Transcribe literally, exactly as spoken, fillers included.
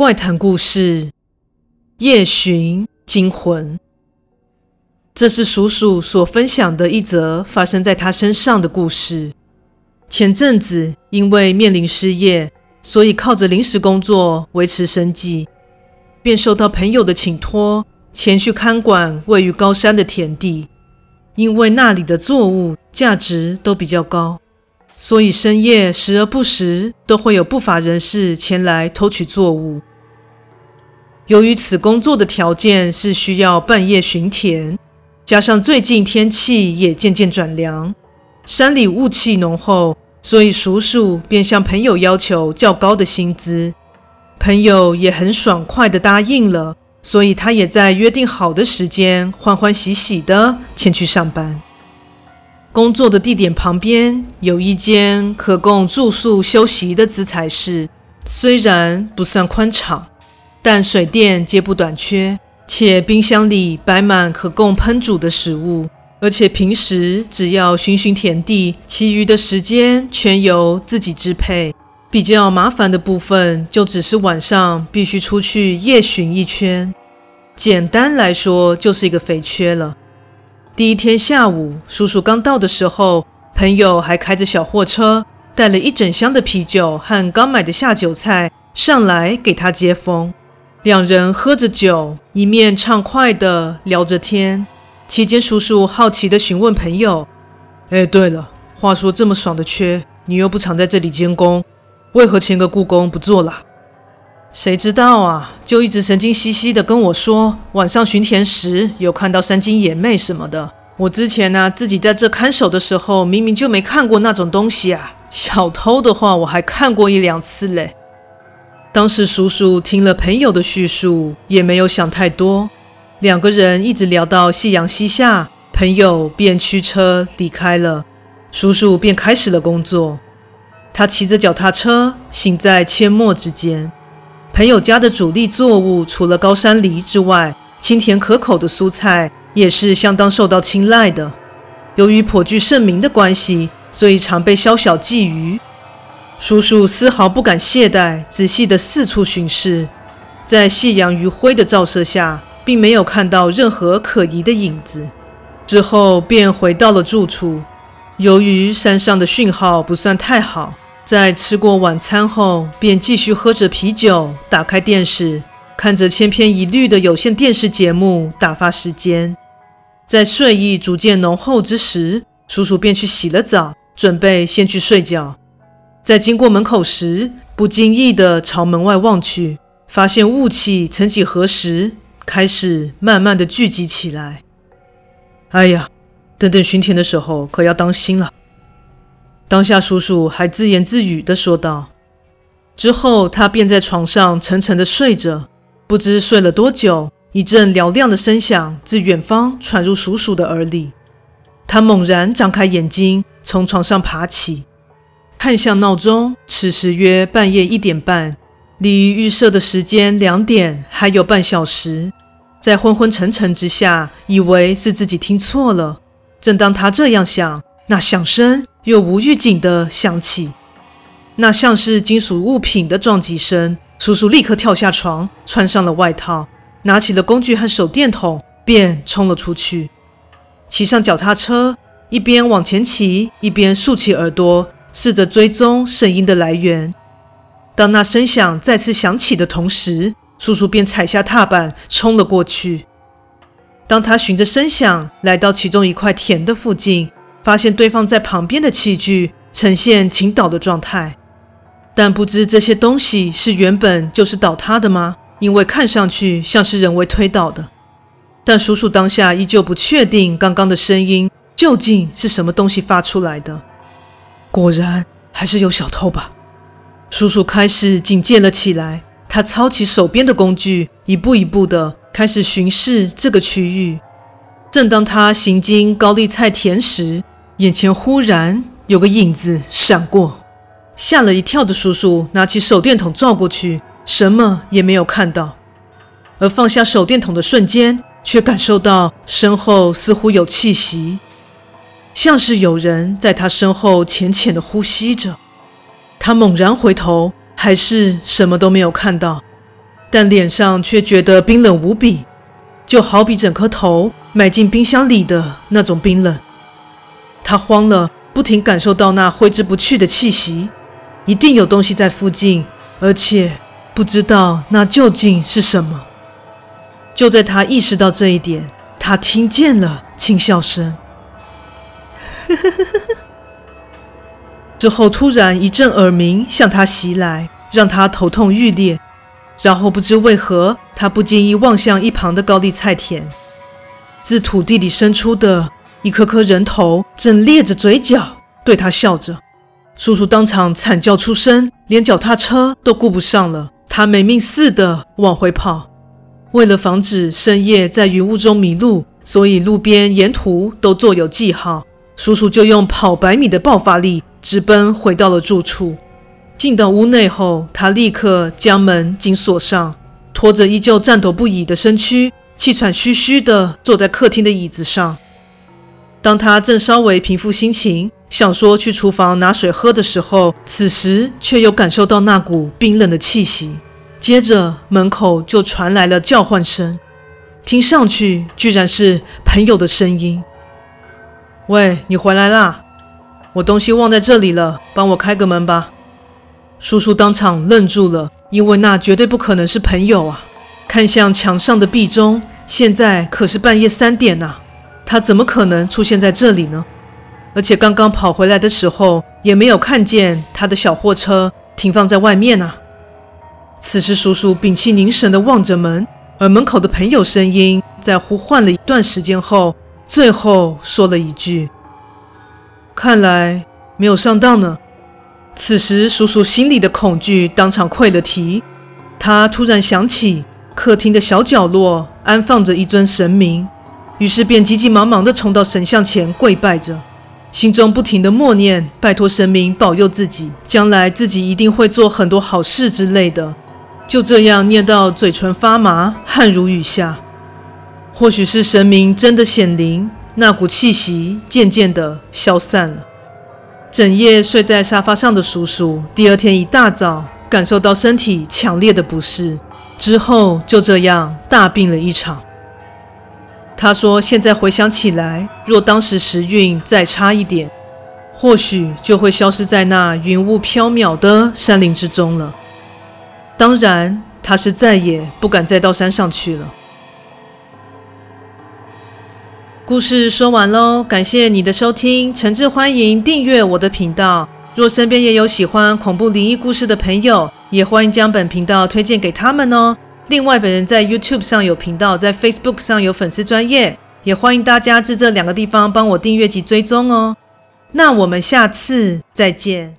怪谈故事夜巡惊魂。这是叔叔所分享的一则发生在他身上的故事。前阵子因为面临失业，所以靠着临时工作维持生计，便受到朋友的请托，前去看管位于高山的田地。因为那里的作物价值都比较高，所以深夜时而不时都会有不法人士前来偷取作物。由于此工作的条件是需要半夜巡田，加上最近天气也渐渐转凉，山里雾气浓厚，所以叔叔便向朋友要求较高的薪资。朋友也很爽快地答应了，所以他也在约定好的时间欢欢喜喜地前去上班。工作的地点旁边有一间可供住宿休息的资材室，虽然不算宽敞，但水电皆不短缺，且冰箱里摆满可供烹煮的食物，而且平时只要巡巡田地，其余的时间全由自己支配。比较麻烦的部分就只是晚上必须出去夜巡一圈，简单来说就是一个肥缺了。第一天下午，叔叔刚到的时候，朋友还开着小货车，带了一整箱的啤酒和刚买的下酒菜上来给他接风。两人喝着酒，一面畅快地聊着天。期间，叔叔好奇地询问朋友：哎，对了，话说这么爽的缺，你又不常在这里监工，为何签个雇工不做啦？谁知道啊，就一直神经兮兮的跟我说，晚上巡田时有看到山精野魅什么的。我之前啊，自己在这看守的时候，明明就没看过那种东西啊。小偷的话，我还看过一两次嘞。当时叔叔听了朋友的叙述，也没有想太多。两个人一直聊到夕阳西下，朋友便驱车离开了，叔叔便开始了工作。他骑着脚踏车，行在阡陌之间。朋友家的主力作物除了高山梨之外，清甜可口的蔬菜也是相当受到青睐的。由于颇具盛名的关系，所以常被宵小觊觎。叔叔丝毫不敢懈怠，仔细地四处巡视，在夕阳余晖的照射下，并没有看到任何可疑的影子。之后便回到了住处。由于山上的讯号不算太好，在吃过晚餐后，便继续喝着啤酒，打开电视，看着千篇一律的有线电视节目打发时间。在睡意逐渐浓厚之时，叔叔便去洗了澡，准备先去睡觉。在经过门口时，不经意地朝门外望去，发现雾气曾几何时开始慢慢地聚集起来。哎呀，等等巡田的时候可要当心了。当下叔叔还自言自语地说道。之后他便在床上沉沉地睡着，不知睡了多久，一阵嘹亮的声响自远方传入叔叔的耳里。他猛然张开眼睛，从床上爬起，看向闹钟，此时约半夜一点半，离预设的时间两点还有半小时。在昏昏沉沉之下，以为是自己听错了。正当他这样想，那响声又无预警地响起，那像是金属物品的撞击声。叔叔立刻跳下床，穿上了外套，拿起了工具和手电筒，便冲了出去。骑上脚踏车，一边往前骑，一边竖起耳朵，试着追踪声音的来源。当那声响再次响起的同时，叔叔便踩下踏板冲了过去。当他循着声响来到其中一块田的附近，发现对方在旁边的器具呈现倾倒的状态，但不知这些东西是原本就是倒塌的吗？因为看上去像是人为推倒的。但叔叔当下依旧不确定刚刚的声音究竟是什么东西发出来的。果然还是有小偷吧。叔叔开始警戒了起来，他操起手边的工具，一步一步的开始巡视这个区域。正当他行经高丽菜田时，眼前忽然有个影子闪过。吓了一跳的叔叔拿起手电筒照过去，什么也没有看到。而放下手电筒的瞬间，却感受到身后似乎有气息，像是有人在他身后浅浅的呼吸着。他猛然回头，还是什么都没有看到。 但脸上却觉得冰冷无比，就好比整颗头埋进冰箱里的那种冰冷。他慌了，不停感受到那挥之不去的气息，一定有东西在附近，而且不知道那究竟是什么。就在他意识到这一点，他听见了轻笑声。之后突然一阵耳鸣向他袭来，让他头痛欲裂。然后不知为何，他不经意望向一旁的高丽菜田，自土地里伸出的一颗颗人头正咧着嘴角对他笑着。叔叔当场惨叫出声，连脚踏车都顾不上了，他没命似的往回跑。为了防止深夜在云雾中迷路，所以路边沿途都做有记号。叔叔就用跑百米的爆发力直奔回到了住处。进到屋内后，他立刻将门紧锁上，拖着依旧颤抖不已的身躯，气喘吁吁地坐在客厅的椅子上。当他正稍微平复心情，想说去厨房拿水喝的时候，此时却又感受到那股冰冷的气息。接着门口就传来了叫唤声，听上去居然是朋友的声音。喂，你回来啦，我东西忘在这里了，帮我开个门吧。叔叔当场愣住了，因为那绝对不可能是朋友啊。看向墙上的壁钟，现在可是半夜三点啊，他怎么可能出现在这里呢？而且刚刚跑回来的时候也没有看见他的小货车停放在外面啊。此时叔叔屏气凝神地望着门，而门口的朋友声音在呼唤了一段时间后，最后说了一句：看来没有上当呢。此时叔叔心里的恐惧当场溃了堤，他突然想起客厅的小角落安放着一尊神明，于是便急急忙忙地冲到神像前跪拜着，心中不停地默念拜托神明保佑自己，将来自己一定会做很多好事之类的。就这样念到嘴唇发麻，汗如雨下。或许是神明真的显灵，那股气息渐渐地消散了。整夜睡在沙发上的叔叔，第二天一大早感受到身体强烈的不适，之后就这样大病了一场。他说现在回想起来，若当时时运再差一点，或许就会消失在那云雾飘渺的山林之中了。当然他是再也不敢再到山上去了。故事说完咯，感谢你的收听，诚挚欢迎订阅我的频道。若身边也有喜欢恐怖灵异故事的朋友，也欢迎将本频道推荐给他们哦。另外本人在 YouTube 上有频道，在 Facebook 上有粉丝专页，也欢迎大家至这两个地方帮我订阅及追踪哦。那我们下次再见。